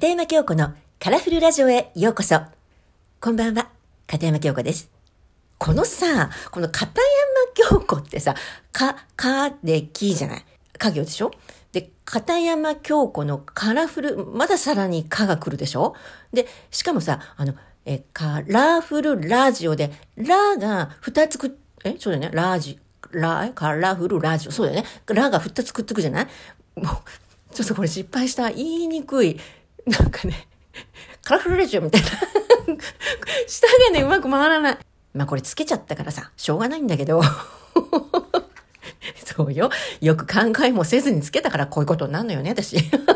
片山京子のカラフルラジオへようこそ。こんばんは、片山京子です。この片山京子ってさ、かできじゃない。家業でしょ。で、片山京子のカラフル、まださらにかが来るでしょ。で、しかもさ、カラフルラジオで、ラが2つそうだよね。カラフルラジオ。そうだよね。ラが2つくっつくじゃない。もう、ちょっとこれ失敗した。言いにくい。なんかね、カラフルラジオみたいな。下がね、うまく回らない。まあこれつけちゃったからさ、しょうがないんだけど。そうよ。よく考えもせずにつけたからこういうことになるのよね、私。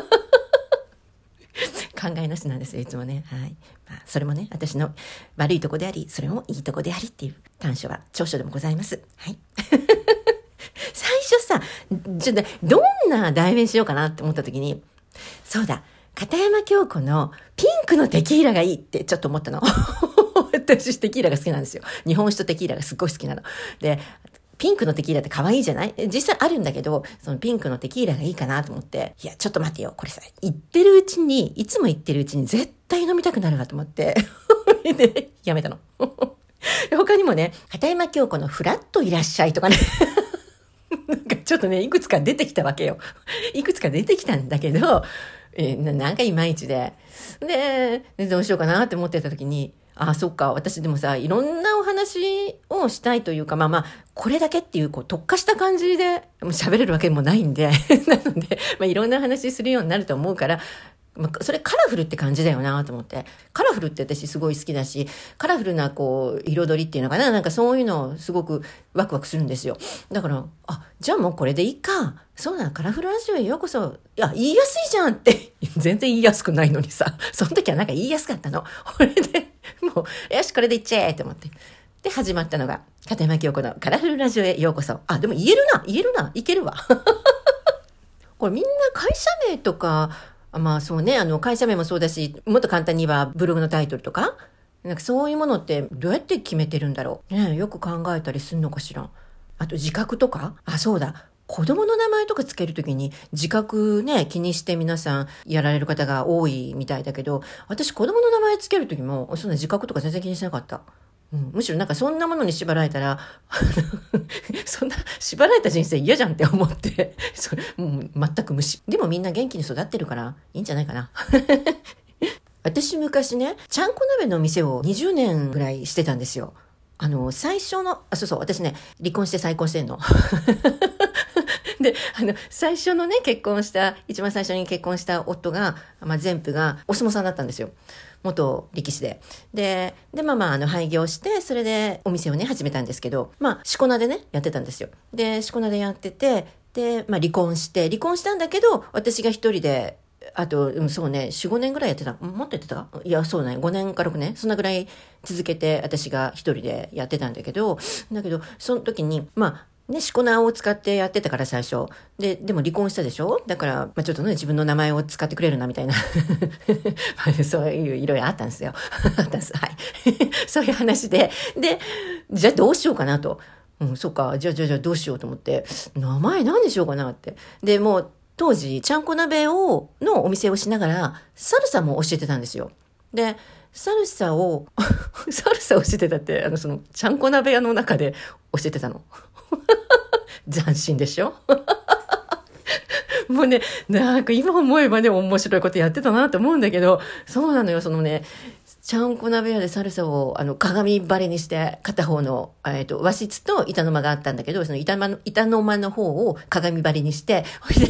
考えなしなんですよ、いつもね。はい。まあ、それもね、私の悪いとこであり、それもいいとこでありっていう短所は長所でもございます。はい。最初さ、どんな題名しようかなって思った時に、そうだ、片山京子のピンクのテキーラがいいってちょっと思ったの。私テキーラが好きなんですよ。日本酒とテキーラがすっごい好きなの。で、ピンクのテキーラって可愛いじゃない？実際あるんだけど、そのピンクのテキーラがいいかなと思って、いや、ちょっと待ってよ。これさ、いつも言ってるうちに絶対飲みたくなるなと思って。で、やめたの。他にもね、片山京子のフラッといらっしゃいとかね。なんかちょっとね、いくつか出てきたわけよ。いくつか出てきたんだけど、なんかいまいちで。で、どうしようかなって思ってた時に、そっか、私でもさ、いろんなお話をしたいというか、これだけっていう、特化した感じで喋れるわけもないんで、なので、いろんな話するようになると思うから、それカラフルって感じだよなと思って。カラフルって私すごい好きだし、カラフルな彩りっていうのかな、なんかそういうのすごくワクワクするんですよ。だから、じゃあもうこれでいいか。そうだ、カラフルラジオへようこそ。いや、言いやすいじゃんって。全然言いやすくないのにさ。その時はなんか言いやすかったの。これで、もう、よし、これでいっちゃえと思って。で、始まったのが、片山京子のカラフルラジオへようこそ。でも言えるな、いけるわ。これみんな会社名とか、そうね、会社名もそうだし、もっと簡単に言えばブログのタイトルとか、なんかそういうものってどうやって決めてるんだろう。ね、よく考えたりすんのかしら。あと自覚とか？そうだ。子供の名前とかつけるときに自覚ね、気にして皆さんやられる方が多いみたいだけど、私子供の名前つけるときもそんな自覚とか全然気にしなかった。むしろなんかそんなものに縛られたらそんな縛られた人生嫌じゃんって思ってもう全く無視。でもみんな元気に育ってるからいいんじゃないかな。私昔ね、ちゃんこ鍋の店を20年ぐらいしてたんですよ。最初の私ね、離婚して再婚してんの。で、最初のね、一番最初に結婚した夫が、前夫がお相撲さんだったんですよ。元力士で。で、廃業して、それでお店をね、始めたんですけど、しこ名でね、やってたんですよ。で、しこ名でやってて、で、離婚したんだけど、私が一人で、そうね、4、5年ぐらいやってた。もっとやってた？いや、そうね、5年か6年。そんなぐらい続けて、私が一人でやってたんだけど、その時に、しこ名を使ってやってたから最初。でも離婚したでしょ？だから、ちょっとね、自分の名前を使ってくれるな、みたいな。そういういろいろあったんですよ。あったんです。はい。そういう話で。で、じゃあどうしようかなと。そうか。じゃあどうしようと思って、名前何にしようかなって。で、もう、当時、ちゃんこ鍋のお店をしながら、サルサも教えてたんですよ。で、サルサを教えてたって、ちゃんこ鍋屋の中で教えてたの。斬新でしょ。もうね、なんか今思えばね、面白いことやってたなと思うんだけど、そうなのよ、ちゃんこ鍋屋でサルサを鏡張りにして片方の、和室と板の間があったんだけど、その板の間の方を鏡張りにして、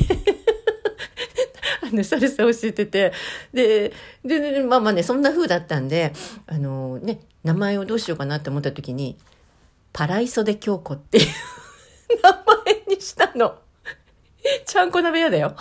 サルサ教えてて、で、そんな風だったんで、名前をどうしようかなって思った時に、パライソで京子っていう名前にしたの。ちゃんこ鍋屋だよ。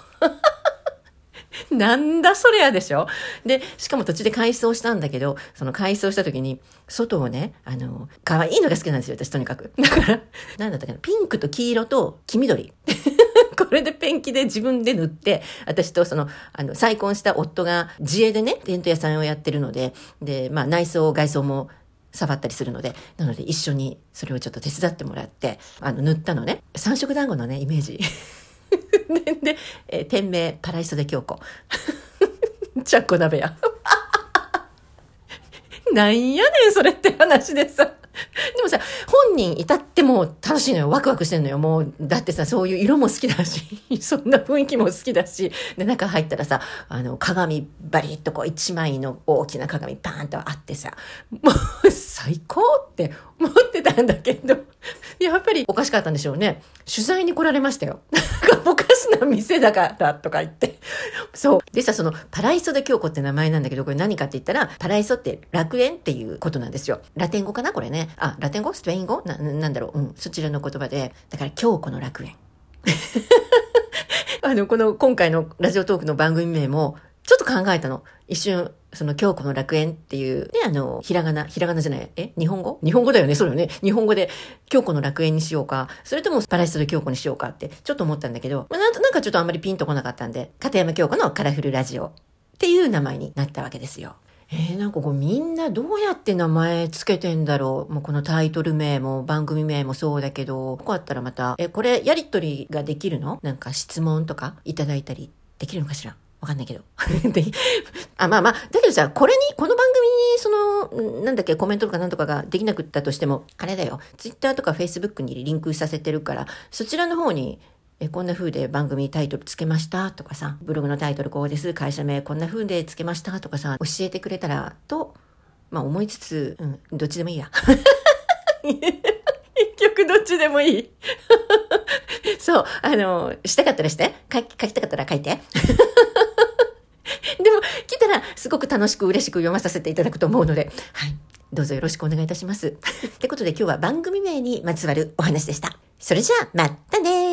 なんだそれやでしょ。で、しかも途中で改装したんだけど、その改装した時に、外をね、可愛いのが好きなんですよ、私とにかく。だから、なんだったかな、ピンクと黄色と黄緑。これでペンキで自分で塗って、私と再婚した夫が自営でね、テント屋さんをやってるので、で、内装、外装も触ったりするので、なので一緒にそれをちょっと手伝ってもらって、塗ったのね。三色団子のね、イメージ。で、店名、パライソで京子。 ちゃんこ鍋や。なんやねん、それって話でさ。でもさ、本人至っても楽しいのよ。ワクワクしてんのよ。もう、だってさ、そういう色も好きだし、そんな雰囲気も好きだし、で、中入ったらさ、鏡バリッとこう、一枚の大きな鏡バーンとあってさ、もう、最高って思ってたんだけど、やっぱりおかしかったんでしょうね。取材に来られましたよ。なんかおかしな店だからとか言って。そう。でさ、そのパライソで京子って名前なんだけど、これ何かって言ったら、パライソって楽園っていうことなんですよ。ラテン語かなこれね。あ、ラテン語スペイン語なんだろう。そちらの言葉で。だから京子の楽園。今回のラジオトークの番組名も、ちょっと考えたの。一瞬、その京子の楽園っていう、ね、ひらがなじゃない、日本語だよね、そうよね。日本語で京子の楽園にしようか、それともパライソで京子にしようかって、ちょっと思ったんだけど、なんかちょっとあんまりピンとこなかったんで、片山京子のカラフルラジオっていう名前になったわけですよ。なんかみんなどうやって名前つけてんだろう。もうこのタイトル名も番組名もそうだけど、ここあったらまた、これやりとりができるの？なんか質問とかいただいたりできるのかしら？わかんないけど。まあ、だけどさ、この番組になんだっけ、コメントとかなんとかができなくったとしても、あれだよ、ツイッターとかフェイスブックにリンクさせてるから、そちらの方に、こんな風で番組タイトルつけましたとかさ、ブログのタイトルこうです、会社名こんな風でつけましたとかさ、教えてくれたらと、思いつつ、どっちでもいいや。一曲どっちでもいい。そう、したかったらして、書きたかったら書いて。でも、来たらすごく楽しく嬉しく読まさせていただくと思うので、はい。どうぞよろしくお願いいたします。ってことで今日は番組名にまつわるお話でした。それじゃあ、またね。